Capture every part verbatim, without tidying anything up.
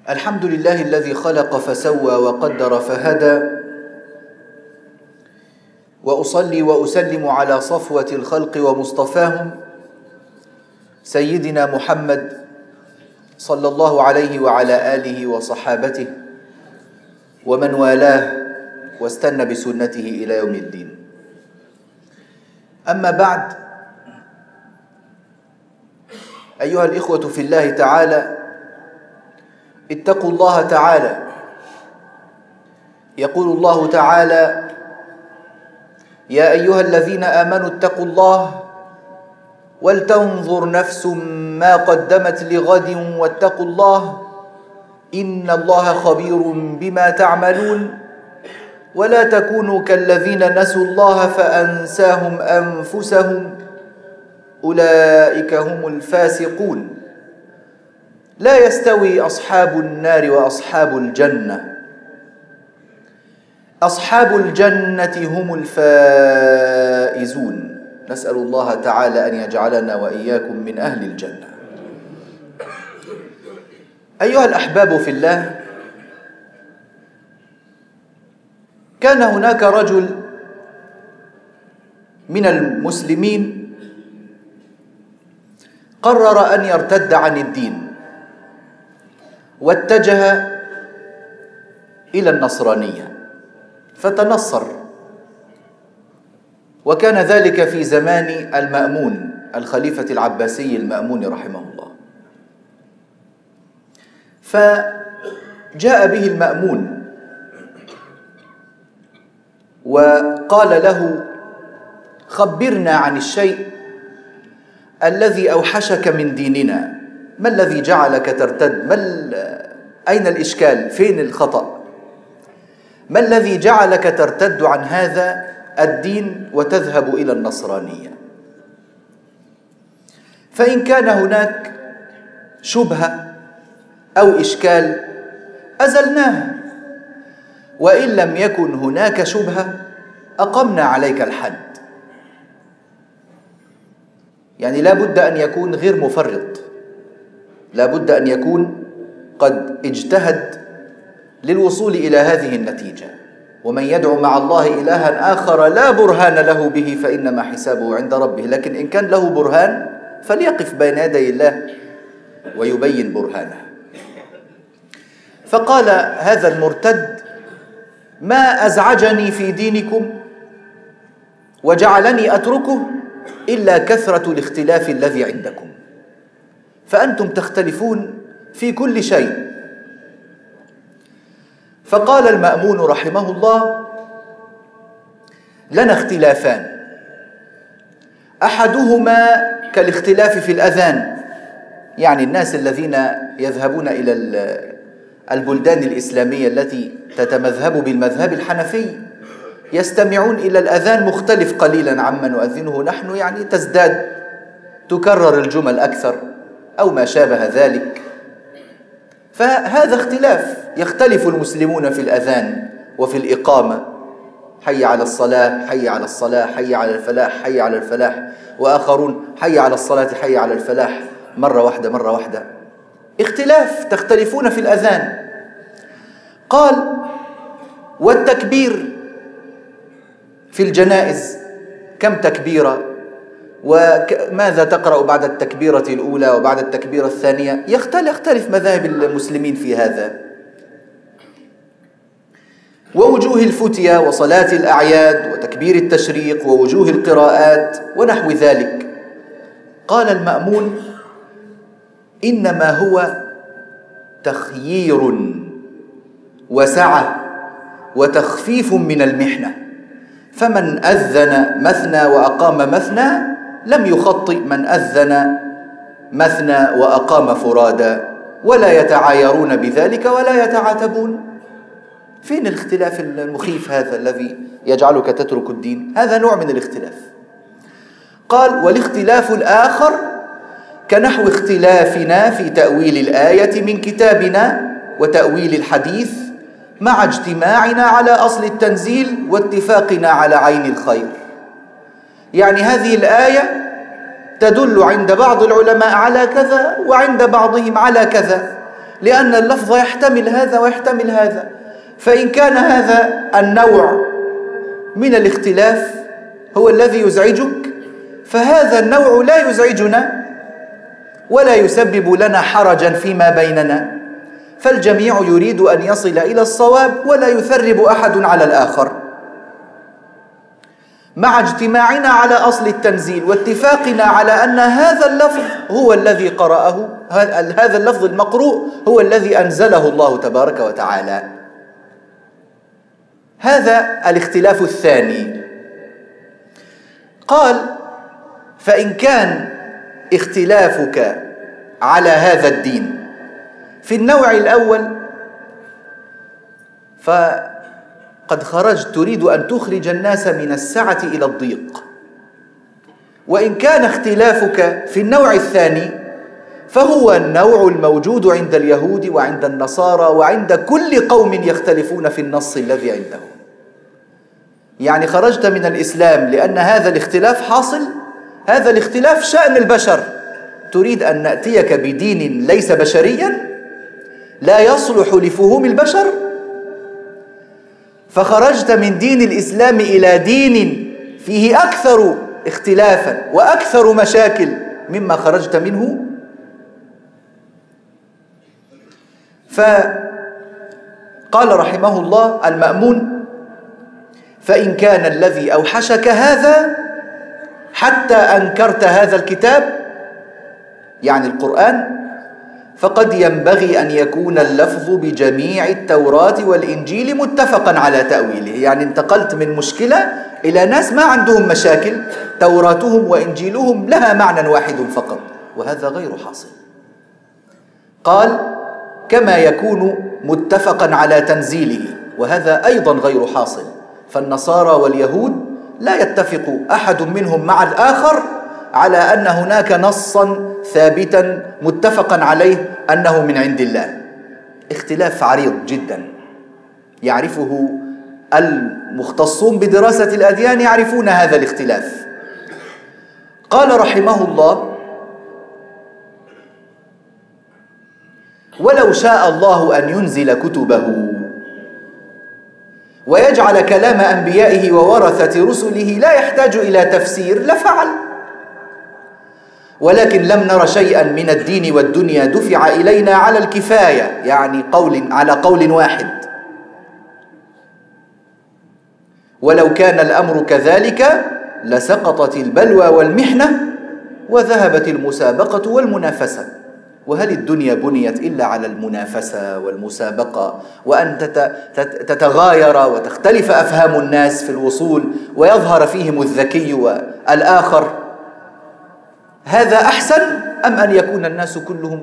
الحمد لله الذي خلق فسوى وقدر فهدى، وأصلي وأسلم على صفوة الخلق ومصطفاهم سيدنا محمد صلى الله عليه وعلى آله وصحابته ومن والاه واستنى بسنته إلى يوم الدين. أما بعد، أيها الإخوة في الله تعالى، اتقوا الله تعالى. يقول الله تعالى: يا أيها الذين آمنوا اتقوا الله ولتنظر نفس ما قدمت لغد واتقوا الله إن الله خبير بما تعملون ولا تكونوا كالذين نسوا الله فأنساهم أنفسهم أولئك هم الفاسقون. لا يستوي أصحاب النار وأصحاب الجنة، أصحاب الجنة هم الفائزون. نسأل الله تعالى أن يجعلنا وإياكم من أهل الجنة. أيها الأحباب في الله، كان هناك رجل من المسلمين قرر أن يرتد عن الدين واتجه إلى النصرانية فتنصر، وكان ذلك في زمان المأمون الخليفة العباسي المأمون رحمه الله. فجاء به المأمون وقال له: خبرنا عن الشيء الذي أوحشك من ديننا، ما الذي جعلك ترتد؟ ما أين الإشكال؟ فين الخطأ؟ ما الذي جعلك ترتد عن هذا الدين وتذهب إلى النصرانية؟ فإن كان هناك شبهة أو إشكال أزلناه، وإن لم يكن هناك شبهة أقمنا عليك الحد. يعني لا بد أن يكون غير مفرط، لا بد أن يكون قد اجتهد للوصول إلى هذه النتيجة. ومن يدعو مع الله إلها آخر لا برهان له به فإنما حسابه عند ربه. لكن إن كان له برهان فليقف بين يدي الله ويبين برهانه. فقال هذا المرتد: ما أزعجني في دينكم وجعلني أتركه إلا كثرة الاختلاف الذي عندكم، فأنتم تختلفون في كل شيء. فقال المأمون رحمه الله: لنا اختلافان، أحدهما كالاختلاف في الأذان. يعني الناس الذين يذهبون إلى البلدان الإسلامية التي تتمذهب بالمذهب الحنفي يستمعون إلى الأذان مختلف قليلا عما نؤذنه نحن، يعني تزداد تكرر الجمل أكثر أو ما شابه ذلك. فهذا اختلاف، يختلف المسلمون في الأذان وفي الإقامة، حي على الصلاة، حي على الصلاة، حي على الفلاح، حي على الفلاح، وآخرون حي على الصلاة، حي على الفلاح، مرة واحدة مرة واحدة. اختلاف، تختلفون في الأذان. قال: والتكبير في الجنائز كم تكبيرة؟ وماذا تقرأ بعد التكبيرة الأولى وبعد التكبيرة الثانية؟ يختلف مذاهب المسلمين في هذا. ووجوه الفتية وصلاة الأعياد وتكبير التشريق ووجوه القراءات ونحو ذلك. قال المأمون: إنما هو تخيير وسعة وتخفيف من المحنة، فمن أذن مثنى وأقام مثنى لم يخطئ من أذن مثنى وأقام فرادا، ولا يتعايرون بذلك ولا يتعاتبون. فين الاختلاف المخيف هذا الذي يجعلك تترك الدين؟ هذا نوع من الاختلاف. قال: والاختلاف الآخر كنحو اختلافنا في تأويل الآية من كتابنا وتأويل الحديث مع اجتماعنا على أصل التنزيل واتفاقنا على عين الخير. يعني هذه الآية تدل عند بعض العلماء على كذا وعند بعضهم على كذا، لأن اللفظ يحتمل هذا ويحتمل هذا. فإن كان هذا النوع من الاختلاف هو الذي يزعجك، فهذا النوع لا يزعجنا ولا يسبب لنا حرجا فيما بيننا، فالجميع يريد أن يصل إلى الصواب ولا يثرب أحد على الآخر، مع اجتماعنا على أصل التنزيل واتفاقنا على أن هذا اللفظ هو الذي قرأه، هذا اللفظ المقروء هو الذي أنزله الله تبارك وتعالى. هذا الاختلاف الثاني. قال: فإن كان اختلافك على هذا الدين في النوع الأول فقد خرجت تريد أن تخرج الناس من السعة إلى الضيق، وإن كان اختلافك في النوع الثاني فهو النوع الموجود عند اليهود وعند النصارى وعند كل قوم يختلفون في النص الذي عندهم. يعني خرجت من الإسلام لأن هذا الاختلاف حاصل، هذا الاختلاف شأن البشر، تريد أن نأتيك بدين ليس بشريا لا يصلح لفهوم البشر، فخرجت من دين الإسلام إلى دين فيه أكثر اختلافا وأكثر مشاكل مما خرجت منه. فقال رحمه الله المأمون: فإن كان الذي أوحشك هذا حتى أنكرت هذا الكتاب، يعني القرآن، فقد ينبغي أن يكون اللفظ بجميع التوراة والإنجيل متفقا على تأويله. يعني انتقلت من مشكلة إلى ناس ما عندهم مشاكل، توراتهم وإنجيلهم لها معنى واحد فقط، وهذا غير حاصل. قال: كما يكون متفقا على تنزيله، وهذا أيضا غير حاصل، فالنصارى واليهود لا يتفق أحد منهم مع الآخر على أن هناك نصا ثابتا متفقا عليه أنه من عند الله. اختلاف عريض جدا يعرفه المختصون بدراسة الأديان، يعرفون هذا الاختلاف. قال رحمه الله: ولو شاء الله أن ينزل كتبه ويجعل كلام أنبيائه وورثة رسله لا يحتاج إلى تفسير لفعل، ولكن لم نر شيئا من الدين والدنيا دفع إلينا على الكفاية، يعني قول على قول واحد. ولو كان الأمر كذلك لسقطت البلوى والمحنة وذهبت المسابقة والمنافسة. وهل الدنيا بنيت إلا على المنافسة والمسابقة، وأن تتغاير وتختلف أفهام الناس في الوصول ويظهر فيهم الذكي والآخر؟ هذا أحسن أم أن يكون الناس كلهم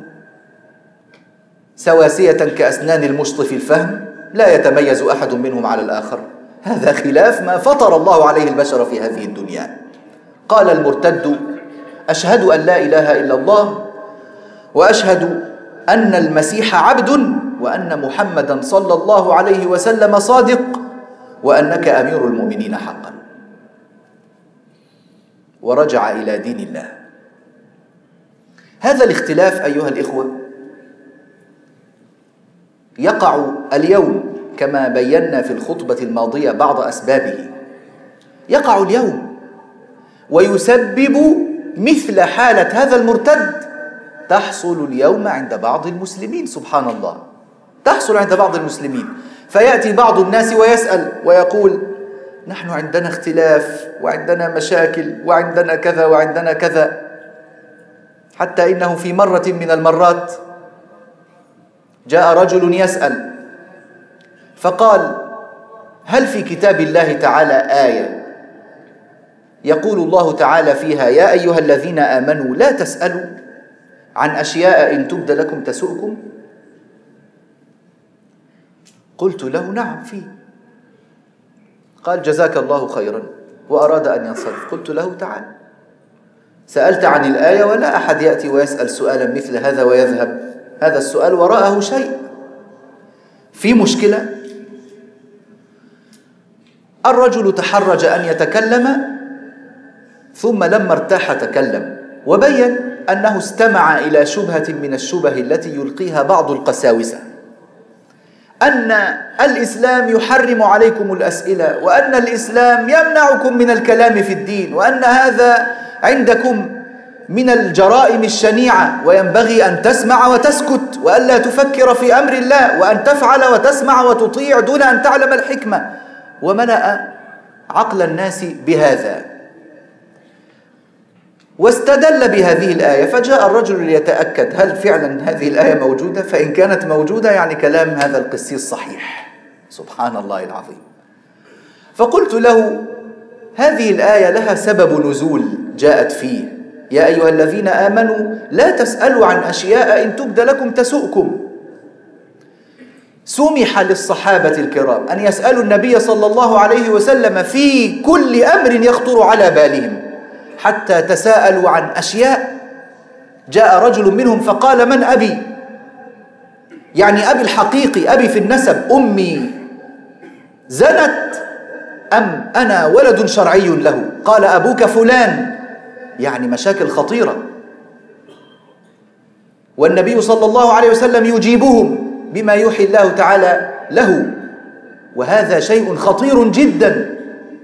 سواسية كأسنان المشط في الفهم لا يتميز أحد منهم على الآخر؟ هذا خلاف ما فطر الله عليه البشر في هذه الدنيا. قال المرتد: أشهد أن لا إله إلا الله وأشهد أن المسيح عبد وأن محمدا صلى الله عليه وسلم صادق وأنك أمير المؤمنين حقا، ورجع إلى دين الله. هذا الاختلاف أيها الإخوة يقع اليوم كما بينا في الخطبة الماضية بعض أسبابه، يقع اليوم ويسبب مثل حالة هذا المرتد تحصل اليوم عند بعض المسلمين. سبحان الله، تحصل عند بعض المسلمين، فيأتي بعض الناس ويسأل ويقول: نحن عندنا اختلاف وعندنا مشاكل وعندنا كذا وعندنا كذا. حتى إنه في مرة من المرات جاء رجل يسأل فقال: هل في كتاب الله تعالى آية يقول الله تعالى فيها: يا أيها الذين آمنوا لا تسألوا عن أشياء إن تبد لكم تسؤكم؟ قلت له: نعم فيه. قال: جزاك الله خيرا، وأراد أن ينصرف. قلت له: تعال، سألت عن الآية ولا أحد يأتي ويسأل سؤالا مثل هذا ويذهب، هذا السؤال وراءه شيء، في مشكلة. الرجل تحرج أن يتكلم، ثم لما ارتاح تكلم وبين أنه استمع إلى شبهة من الشبه التي يلقيها بعض القساوسة، أن الإسلام يحرم عليكم الأسئلة، وأن الإسلام يمنعكم من الكلام في الدين، وأن هذا عندكم من الجرائم الشنيعة، وينبغي أن تسمع وتسكت، وألا تفكر في أمر الله، وأن تفعل وتسمع وتطيع دون أن تعلم الحكمة. وملأ عقل الناس بهذا، واستدل بهذه الآية. فجاء الرجل ليتأكد هل فعلا هذه الآية موجودة، فإن كانت موجودة يعني كلام هذا القسيس صحيح. سبحان الله العظيم. فقلت له هذه الآية لها سبب نزول جاءت فيه: يا أيها الذين آمنوا لا تسألوا عن أشياء إن تبد لكم تسؤكم. سمح للصحابة الكرام أن يسألوا النبي صلى الله عليه وسلم في كل أمر يخطر على بالهم، حتى تساءلوا عن أشياء. جاء رجل منهم فقال: من أبي؟ يعني أبي الحقيقي، أبي في النسب، أمي زنت أم أنا ولد شرعي له؟ قال: أبوك فلان. يعني مشاكل خطيرة. والنبي صلى الله عليه وسلم يجيبهم بما يوحي الله تعالى له، وهذا شيء خطير جدا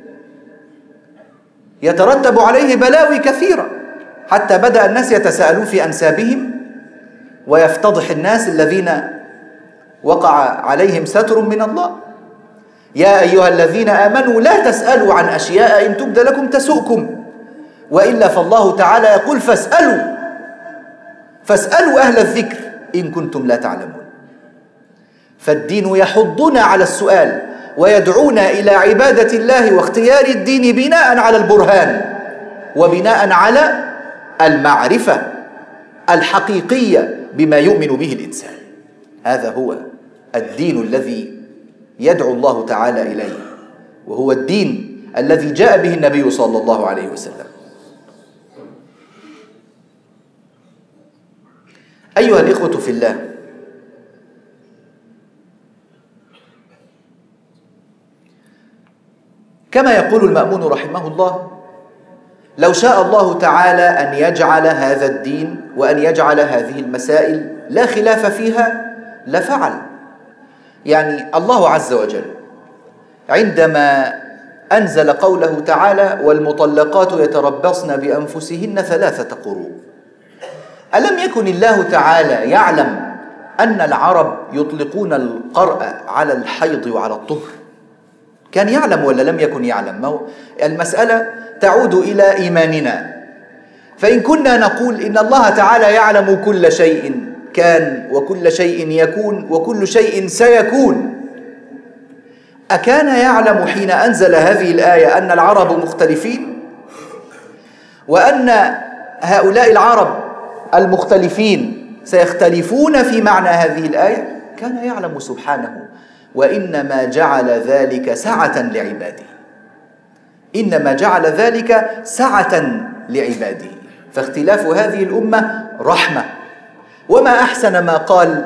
يترتب عليه بلاوي كثيرة، حتى بدأ الناس يتساءلون في أنسابهم، ويفتضح الناس الذين وقع عليهم ستر من الله. يا أيها الذين آمنوا لا تسألوا عن أشياء إن تبد لكم تسؤكم، وإلا فالله تعالى يقول: فاسألوا فاسألوا أهل الذكر إن كنتم لا تعلمون. فالدين يحضنا على السؤال، ويدعونا إلى عبادة الله واختيار الدين بناء على البرهان، وبناء على المعرفة الحقيقية بما يؤمن به الإنسان. هذا هو الدين الذي يدعو الله تعالى إليه، وهو الدين الذي جاء به النبي صلى الله عليه وسلم. أيها الإخوة في الله، كما يقول المأمون رحمه الله: لو شاء الله تعالى أن يجعل هذا الدين وأن يجعل هذه المسائل لا خلاف فيها لفعل. يعني الله عز وجل عندما أنزل قوله تعالى: والمطلقات يتربصن بأنفسهن ثلاثة قروء، ألم يكن الله تعالى يعلم أن العرب يطلقون القرء على الحيض وعلى الطهر؟ كان يعلم ولا لم يكن يعلم؟ المسألة تعود إلى إيماننا. فإن كنا نقول إن الله تعالى يعلم كل شيء كان وكل شيء يكون وكل شيء سيكون، أكان يعلم حين أنزل هذه الآية أن العرب مختلفين، وأن هؤلاء العرب المختلفين سيختلفون في معنى هذه الآية؟ كان يعلم سبحانه، وإنما جعل ذلك سعة لعباده. إنما جعل ذلك سعة لعباده. فاختلاف هذه الأمة رحمة. وما أحسن ما قال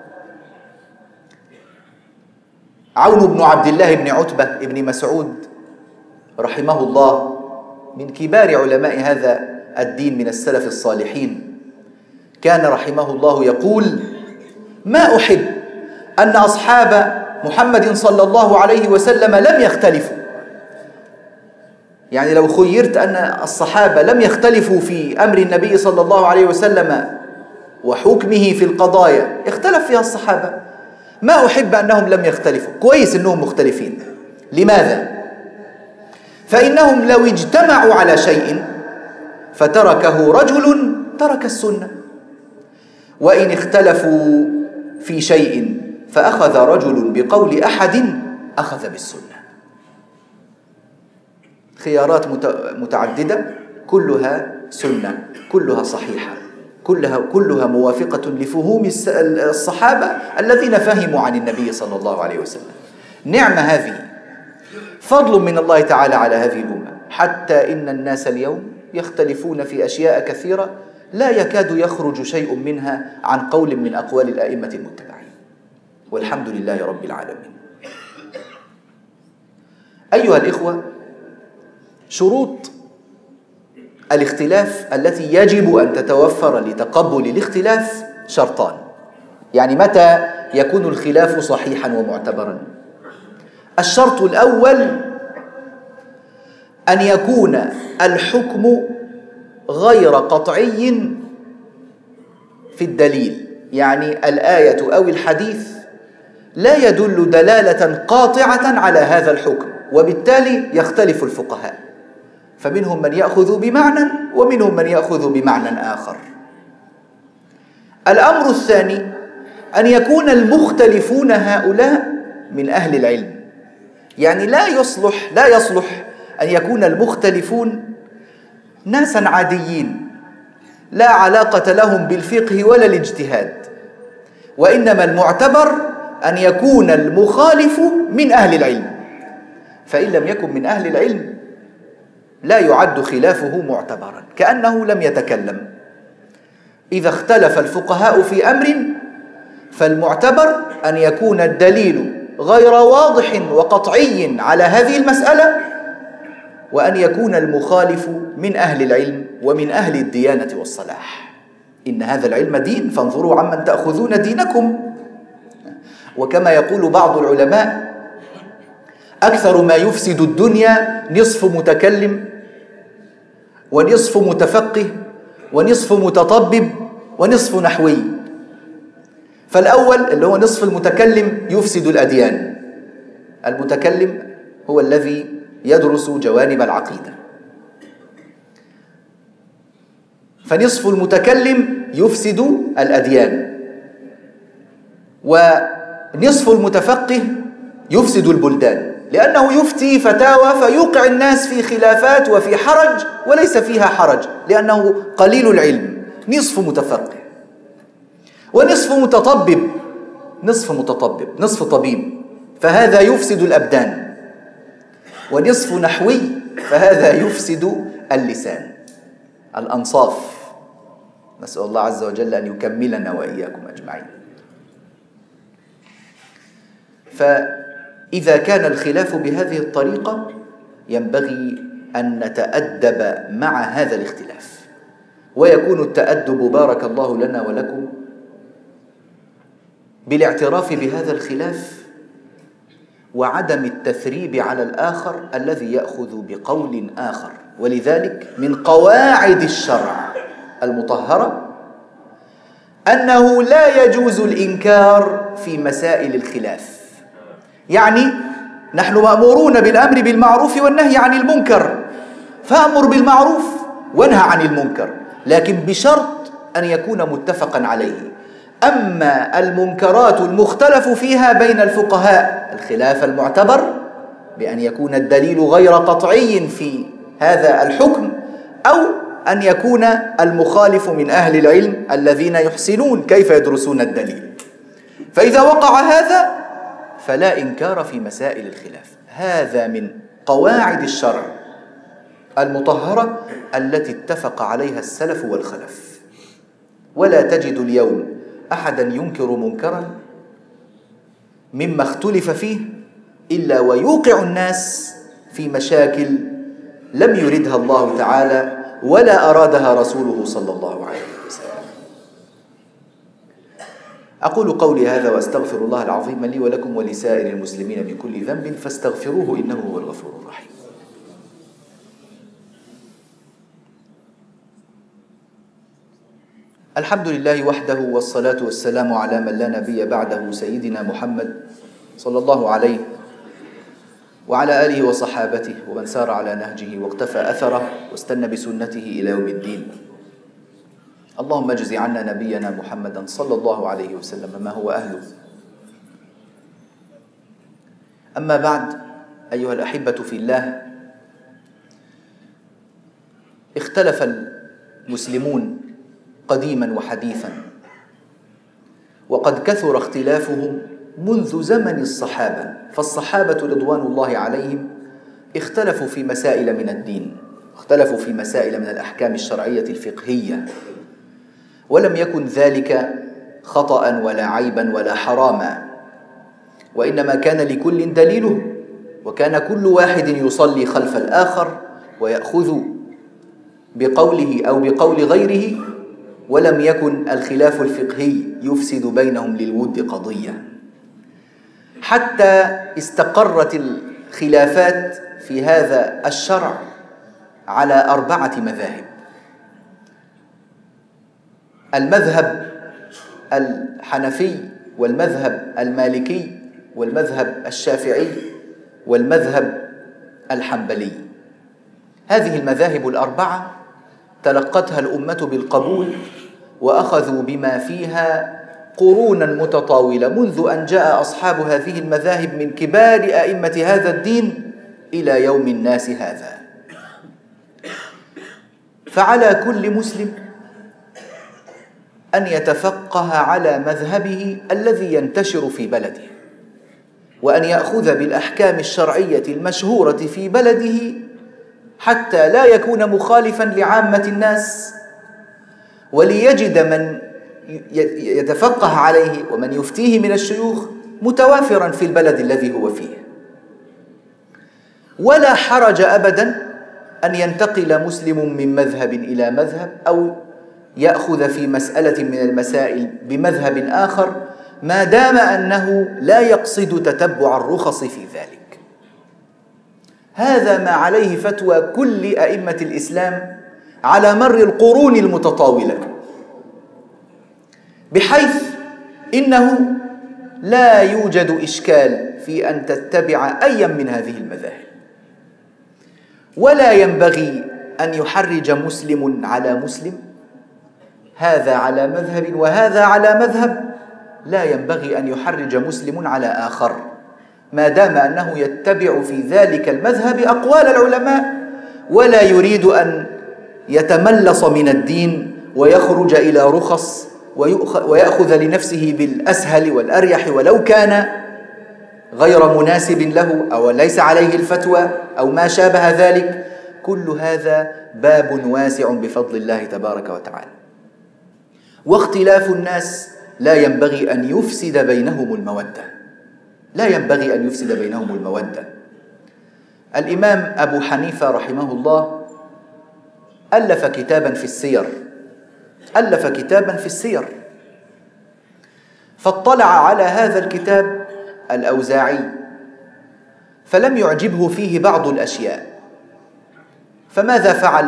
عون بن عبد الله بن عتبة بن مسعود رحمه الله، من كبار علماء هذا الدين من السلف الصالحين، كان رحمه الله يقول: ما أحب أن أصحاب محمد صلى الله عليه وسلم لم يختلفوا. يعني لو خيرت أن الصحابة لم يختلفوا في أمر النبي صلى الله عليه وسلم وحكمه في القضايا، اختلف فيها الصحابة، ما أحب أنهم لم يختلفوا. كويس أنهم مختلفين. لماذا؟ فإنهم لو اجتمعوا على شيء فتركه رجل ترك السنة، وإن اختلفوا في شيء فأخذ رجل بقول أحد أخذ بالسنة. خيارات متعددة كلها سنة، كلها صحيحة، كلها كلها موافقة لفهوم الصحابة الذين فهموا عن النبي صلى الله عليه وسلم. نعمة هذه، فضل من الله تعالى على هذه الأمة، حتى إن الناس اليوم يختلفون في أشياء كثيرة لا يكاد يخرج شيء منها عن قول من أقوال الآئمة المتبعين، والحمد لله رب العالمين. أيها الإخوة، شروط الاختلاف التي يجب أن تتوفر لتقبل الاختلاف شرطان. يعني متى يكون الخلاف صحيحا ومعتبرا؟ الشرط الأول أن يكون الحكم غير قطعي في الدليل، يعني الآية أو الحديث لا يدل دلالة قاطعة على هذا الحكم، وبالتالي يختلف الفقهاء، فمنهم من يأخذ بمعنى ومنهم من يأخذ بمعنى آخر. الأمر الثاني أن يكون المختلفون هؤلاء من أهل العلم، يعني لا يصلح لا يصلح أن يكون المختلفون ناسا عاديين لا علاقة لهم بالفقه ولا الاجتهاد، وإنما المعتبر أن يكون المخالف من أهل العلم، فإن لم يكن من أهل العلم لا يعد خلافه معتبرا، كأنه لم يتكلم. إذا اختلف الفقهاء في أمر فالمعتبر أن يكون الدليل غير واضح وقطعي على هذه المسألة، وأن يكون المخالف من أهل العلم ومن أهل الديانة والصلاح. إن هذا العلم دين فانظروا عمن تأخذون دينكم. وكما يقول بعض العلماء: أكثر ما يفسد الدنيا نصف متكلم ونصف متفقه ونصف متطبب ونصف نحوي. فالأول اللي هو نصف المتكلم يفسد الأديان. المتكلم هو الذي يدرس جوانب العقيدة، فنصف المتكلم يفسد الأديان، ونصف المتفقه يفسد البلدان، لأنه يفتي فتاوى فيوقع الناس في خلافات وفي حرج وليس فيها حرج، لأنه قليل العلم. نصف متفقه، ونصف متطبب نصف متطبب نصف طبيب، فهذا يفسد الأبدان، ونصف نحوي فهذا يفسد اللسان، الأنصاف. نسأل الله عز وجل أن يكملنا وإياكم أجمعين. فإذا كان الخلاف بهذه الطريقة ينبغي أن نتأدب مع هذا الاختلاف، ويكون التأدب بارك الله لنا ولكم بالاعتراف بهذا الخلاف وعدم التثريب على الآخر الذي يأخذ بقول آخر. ولذلك من قواعد الشرع المطهرة أنه لا يجوز الإنكار في مسائل الخلاف. يعني نحن مأمورون بالأمر بالمعروف والنهي عن المنكر، فأمر بالمعروف وانهى عن المنكر، لكن بشرط أن يكون متفقا عليه. أما المنكرات المختلف فيها بين الفقهاء، الخلاف المعتبر بأن يكون الدليل غير قطعي في هذا الحكم، أو أن يكون المخالف من أهل العلم الذين يحسنون كيف يدرسون الدليل. فإذا وقع هذا فلا إنكار في مسائل الخلاف. هذا من قواعد الشرع المطهرة التي اتفق عليها السلف والخلف. ولا تجد اليوم أحدا ينكر منكرا مما اختلف فيه إلا ويوقع الناس في مشاكل لم يردها الله تعالى ولا أرادها رسوله صلى الله عليه وسلم. أقول قولي هذا وأستغفر الله العظيم لي ولكم ولسائر المسلمين من كل ذنب فاستغفروه إنه هو الغفور الرحيم. الحمد لله وحده، والصلاة والسلام على من لا نبي بعده سيدنا محمد صلى الله عليه وعلى آله وصحابته ومن سار على نهجه واقتفى أثره واستنى بسنته إلى يوم الدين. اللهم اجز عنا نبينا محمدا صلى الله عليه وسلم ما هو أهله. أما بعد، أيها الأحبة في الله، اختلف المسلمون قديما وحديثا، وقد كثر اختلافهم منذ زمن الصحابة. فالصحابة رضوان الله عليهم اختلفوا في مسائل من الدين، اختلفوا في مسائل من الأحكام الشرعية الفقهية، ولم يكن ذلك خطأ ولا عيبا ولا حراما، وإنما كان لكل دليله، وكان كل واحد يصلي خلف الآخر ويأخذ بقوله أو بقول غيره، ولم يكن الخلاف الفقهي يفسد بينهم للود قضية، حتى استقرت الخلافات في هذا الشرع على أربعة مذاهب: المذهب الحنفي، والمذهب المالكي، والمذهب الشافعي، والمذهب الحنبلي. هذه المذاهب الأربعة تلقتها الأمة بالقبول، وأخذوا بما فيها قرونا متطاولة منذ أن جاء أصحاب هذه المذاهب من كبار أئمة هذا الدين إلى يوم الناس هذا. فعلى كل مسلم أن يتفقه على مذهبه الذي ينتشر في بلده، وأن يأخذ بالأحكام الشرعية المشهورة في بلده حتى لا يكون مخالفاً لعامة الناس، وليجد من يتفقه عليه ومن يفتيه من الشيوخ متوافراً في البلد الذي هو فيه. ولا حرج أبداً أن ينتقل مسلم من مذهب إلى مذهب، أو يأخذ في مسألة من المسائل بمذهب آخر، ما دام أنه لا يقصد تتبع الرخص في ذلك. هذا ما عليه فتوى كل أئمة الإسلام على مر القرون المتطاولة، بحيث إنه لا يوجد إشكال في أن تتبع أي من هذه المذاهب، ولا ينبغي أن يحرج مسلم على مسلم، هذا على مذهب وهذا على مذهب. لا ينبغي أن يحرج مسلم على آخر ما دام أنه يتبع في ذلك المذهب أقوال العلماء، ولا يريد أن يتملص من الدين ويخرج إلى رخص ويأخذ لنفسه بالأسهل والأريح ولو كان غير مناسب له أو ليس عليه الفتوى أو ما شابه ذلك. كل هذا باب واسع بفضل الله تبارك وتعالى. واختلاف الناس لا ينبغي أن يفسد بينهم المودة، لا ينبغي أن يفسد بينهم المودة. الإمام أبو حنيفة رحمه الله ألف كتابا في السير ألف كتابا في السير فاطلع على هذا الكتاب الأوزاعي، فلم يعجبه فيه بعض الأشياء، فماذا فعل؟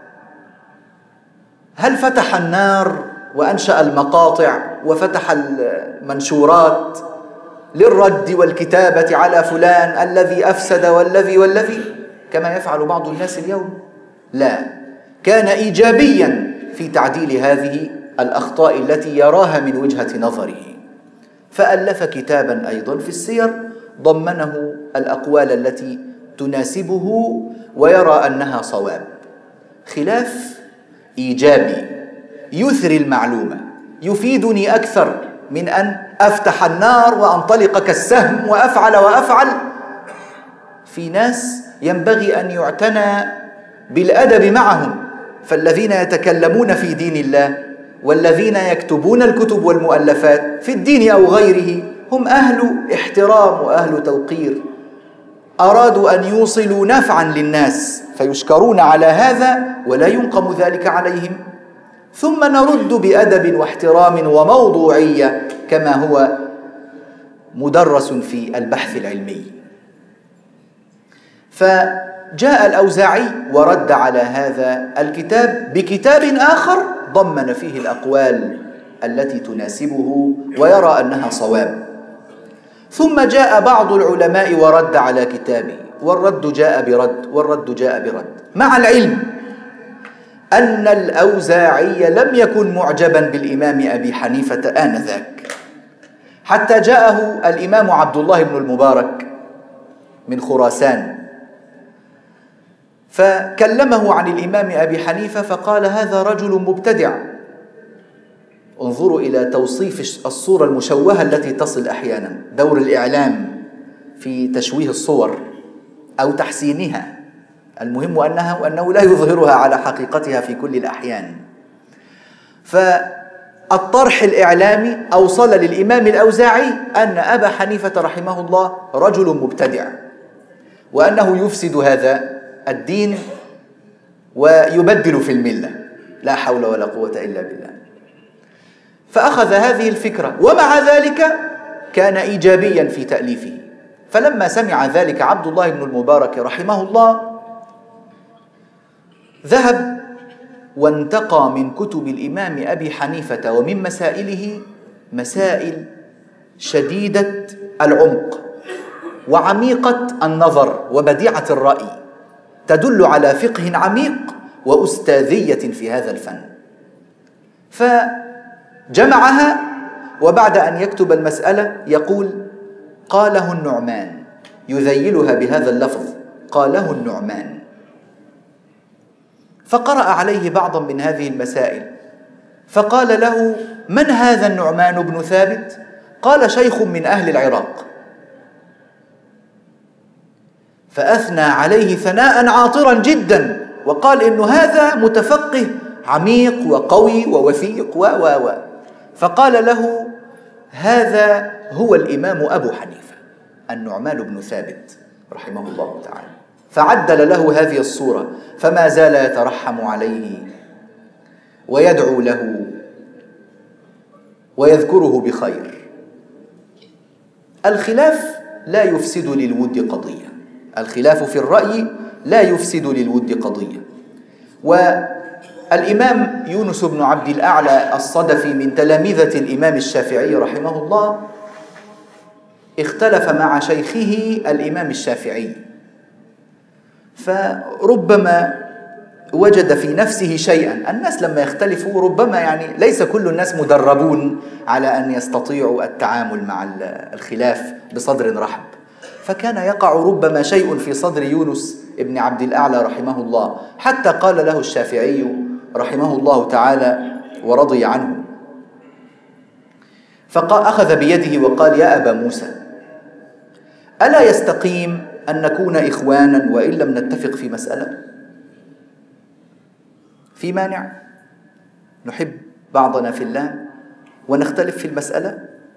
هل فتح النار وأنشأ المقاطع وفتح المنشورات للرد والكتابة على فلان الذي أفسد والذي والذي كما يفعل بعض الناس اليوم؟ لا، كان إيجابيا في تعديل هذه الأخطاء التي يراها من وجهة نظره، فألف كتابا أيضا في السير ضمنه الأقوال التي تناسبه ويرى أنها صواب، خلاف إيجابي يثري المعلومة، يفيدني أكثر من أن أفتح النار وأنطلق كالسهم وأفعل وأفعل. في ناس ينبغي أن يعتنى بالأدب معهم، فالذين يتكلمون في دين الله والذين يكتبون الكتب والمؤلفات في الدين أو غيره هم أهل احترام وأهل توقير، أرادوا أن يوصلوا نفعا للناس فيشكرون على هذا ولا ينقم ذلك عليهم، ثم نرد بأدب واحترام وموضوعية كما هو مدرس في البحث العلمي. فجاء الأوزاعي ورد على هذا الكتاب بكتاب آخر ضمن فيه الأقوال التي تناسبه ويرى أنها صواب. ثم جاء بعض العلماء ورد على كتابه، والرد جاء برد والرد جاء برد، مع العلم أن الأوزاعي لم يكن معجبا بالإمام أبي حنيفة آنذاك، حتى جاءه الإمام عبد الله بن المبارك من خراسان فكلمه عن الإمام أبي حنيفة فقال: هذا رجل مبتدع. انظروا إلى توصيف الصورة المشوهة التي تصل أحيانا، دور الإعلام في تشويه الصور أو تحسينها، المهم أنه, أنه لا يظهرها على حقيقتها في كل الأحيان. فالطرح الإعلامي أوصل للإمام الأوزاعي أن أبا حنيفة رحمه الله رجل مبتدع، وأنه يفسد هذا الدين ويبدل في الملة، لا حول ولا قوة إلا بالله. فأخذ هذه الفكرة، ومع ذلك كان إيجابيا في تأليفه. فلما سمع ذلك عبد الله بن المبارك رحمه الله ذهب وانتقى من كتب الإمام أبي حنيفة ومن مسائله مسائل شديدة العمق وعميقة النظر وبديعة الرأي، تدل على فقه عميق وأستاذية في هذا الفن. فجمعها، وبعد أن يكتب المسألة يقول: قاله النعمان، يذيلها بهذا اللفظ: قاله النعمان. فقرأ عليه بعضا من هذه المسائل، فقال له: من هذا النعمان بن ثابت؟ قال: شيخ من أهل العراق. فأثنى عليه ثناء عاطرا جدا، وقال إنه هذا متفقه عميق وقوي ووثيق و و و فقال له: هذا هو الإمام أبو حنيفة النعمان بن ثابت رحمه الله تعالى. فعدل له هذه الصورة، فما زال يترحم عليه ويدعو له ويذكره بخير. الخلاف لا يفسد للود قضية، الخلاف في الرأي لا يفسد للود قضية. والإمام يونس بن عبد الأعلى الصدفي من تلامذة الإمام الشافعي رحمه الله اختلف مع شيخه الإمام الشافعي، فربما وجد في نفسه شيئا. الناس لما يختلفوا ربما يعني ليس كل الناس مدربون على أن يستطيعوا التعامل مع الخلاف بصدر رحب، فكان يقع ربما شيء في صدر يونس ابن عبد الأعلى رحمه الله، حتى قال له الشافعي رحمه الله تعالى ورضي عنه، فأخذ بيده وقال: يا أبا موسى، ألا يستقيم أن نكون إخوانا وإن لم نتفق في مسألة؟ في مانع نحب بعضنا في الله ونختلف في المسألة؟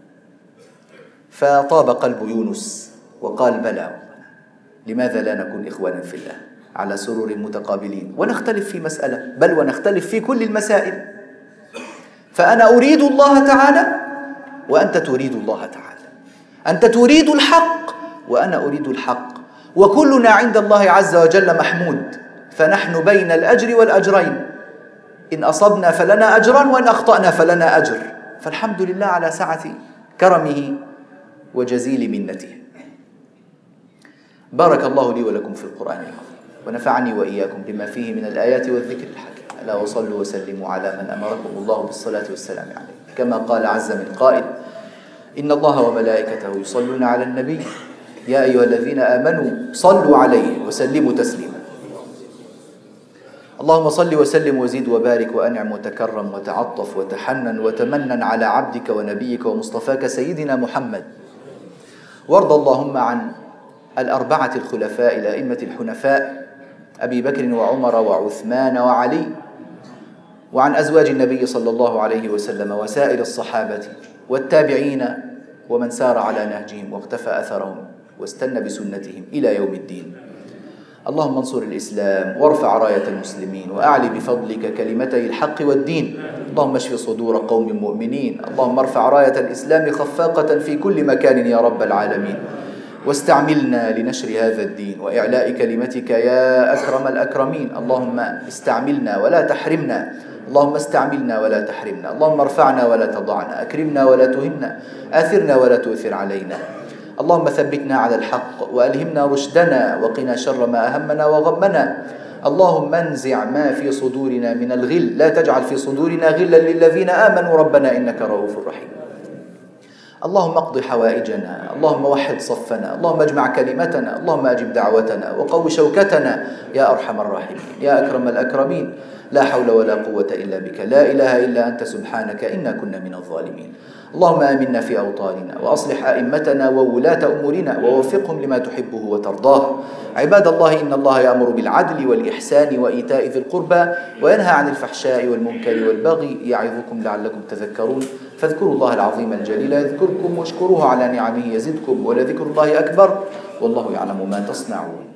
فطاب قلب يونس وقال: بلى، لماذا لا نكون إخوانا في الله على سرور متقابلين ونختلف في مسألة، بل ونختلف في كل المسائل؟ فأنا أريد الله تعالى وأنت تريد الله تعالى، أنت تريد الحق وأنا أريد الحق، وكلنا عند الله عز وجل محمود، فنحن بين الأجر والأجرين، إن أصبنا فلنا أجرا وإن أخطأنا فلنا أجر، فالحمد لله على سعة كرمه وجزيل منته. بارك الله لي ولكم في القرآن العظيم، ونفعني وإياكم بما فيه من الآيات والذكر الحكيم. ألا وصلوا وسلموا على من أمركم الله بالصلاة والسلام عليه، كما قال عز من قائل: إن الله وملائكته يصلون على النبي يا أيها الذين آمنوا صلوا عليه وسلموا تسليما. اللهم صل وسلم وزد وبارك وأنعم وتكرم وتعطف وتحنن وتمنن على عبدك ونبيك ومصطفاك سيدنا محمد، وارض اللهم عن الأربعة الخلفاء الأئمة الحنفاء أبي بكر وعمر وعثمان وعلي، وعن أزواج النبي صلى الله عليه وسلم وسائر الصحابة والتابعين ومن سار على نهجهم واقتفى أثرهم واستنى بسنتهم إلى يوم الدين. اللهم انصر الإسلام وارفع راية المسلمين وأعلي بفضلك كلمتي الحق والدين. اللهم اشف صدور قوم مؤمنين. اللهم ارفع راية الإسلام خفاقة في كل مكان يا رب العالمين، واستعملنا لنشر هذا الدين وإعلاء كلمتك يا أكرم الأكرمين. اللهم استعملنا ولا تحرمنا، اللهم استعملنا ولا تحرمنا، اللهم ارفعنا ولا تضعنا، أكرمنا ولا تهنا، آثرنا ولا تؤثر علينا. اللهم ثبتنا على الحق وألهمنا رشدنا وقنا شر ما أهمنا وغمنا. اللهم انزع ما في صدورنا من الغل، لا تجعل في صدورنا غلا للذين آمنوا ربنا إنك رؤوف رحيم. اللهم اقض حوائجنا، اللهم وحد صفنا، اللهم اجمع كلمتنا، اللهم أجب دعوتنا وقو شوكتنا يا أرحم الراحمين يا أكرم الأكرمين. لا حول ولا قوة إلا بك، لا إله إلا أنت سبحانك إنا كنا من الظالمين. اللهم آمنا في أوطاننا وأصلح أئمتنا وولاة أمورنا ووفقهم لما تحبه وترضاه. عباد الله، إن الله يأمر بالعدل والإحسان وإيتاء ذي القربى وينهى عن الفحشاء والمنكر والبغي يعظكم لعلكم تذكرون. فاذكروا الله العظيم الجليل يذكركم واشكروه على نعمه يزدكم ولذكر الله أكبر والله يعلم ما تصنعون.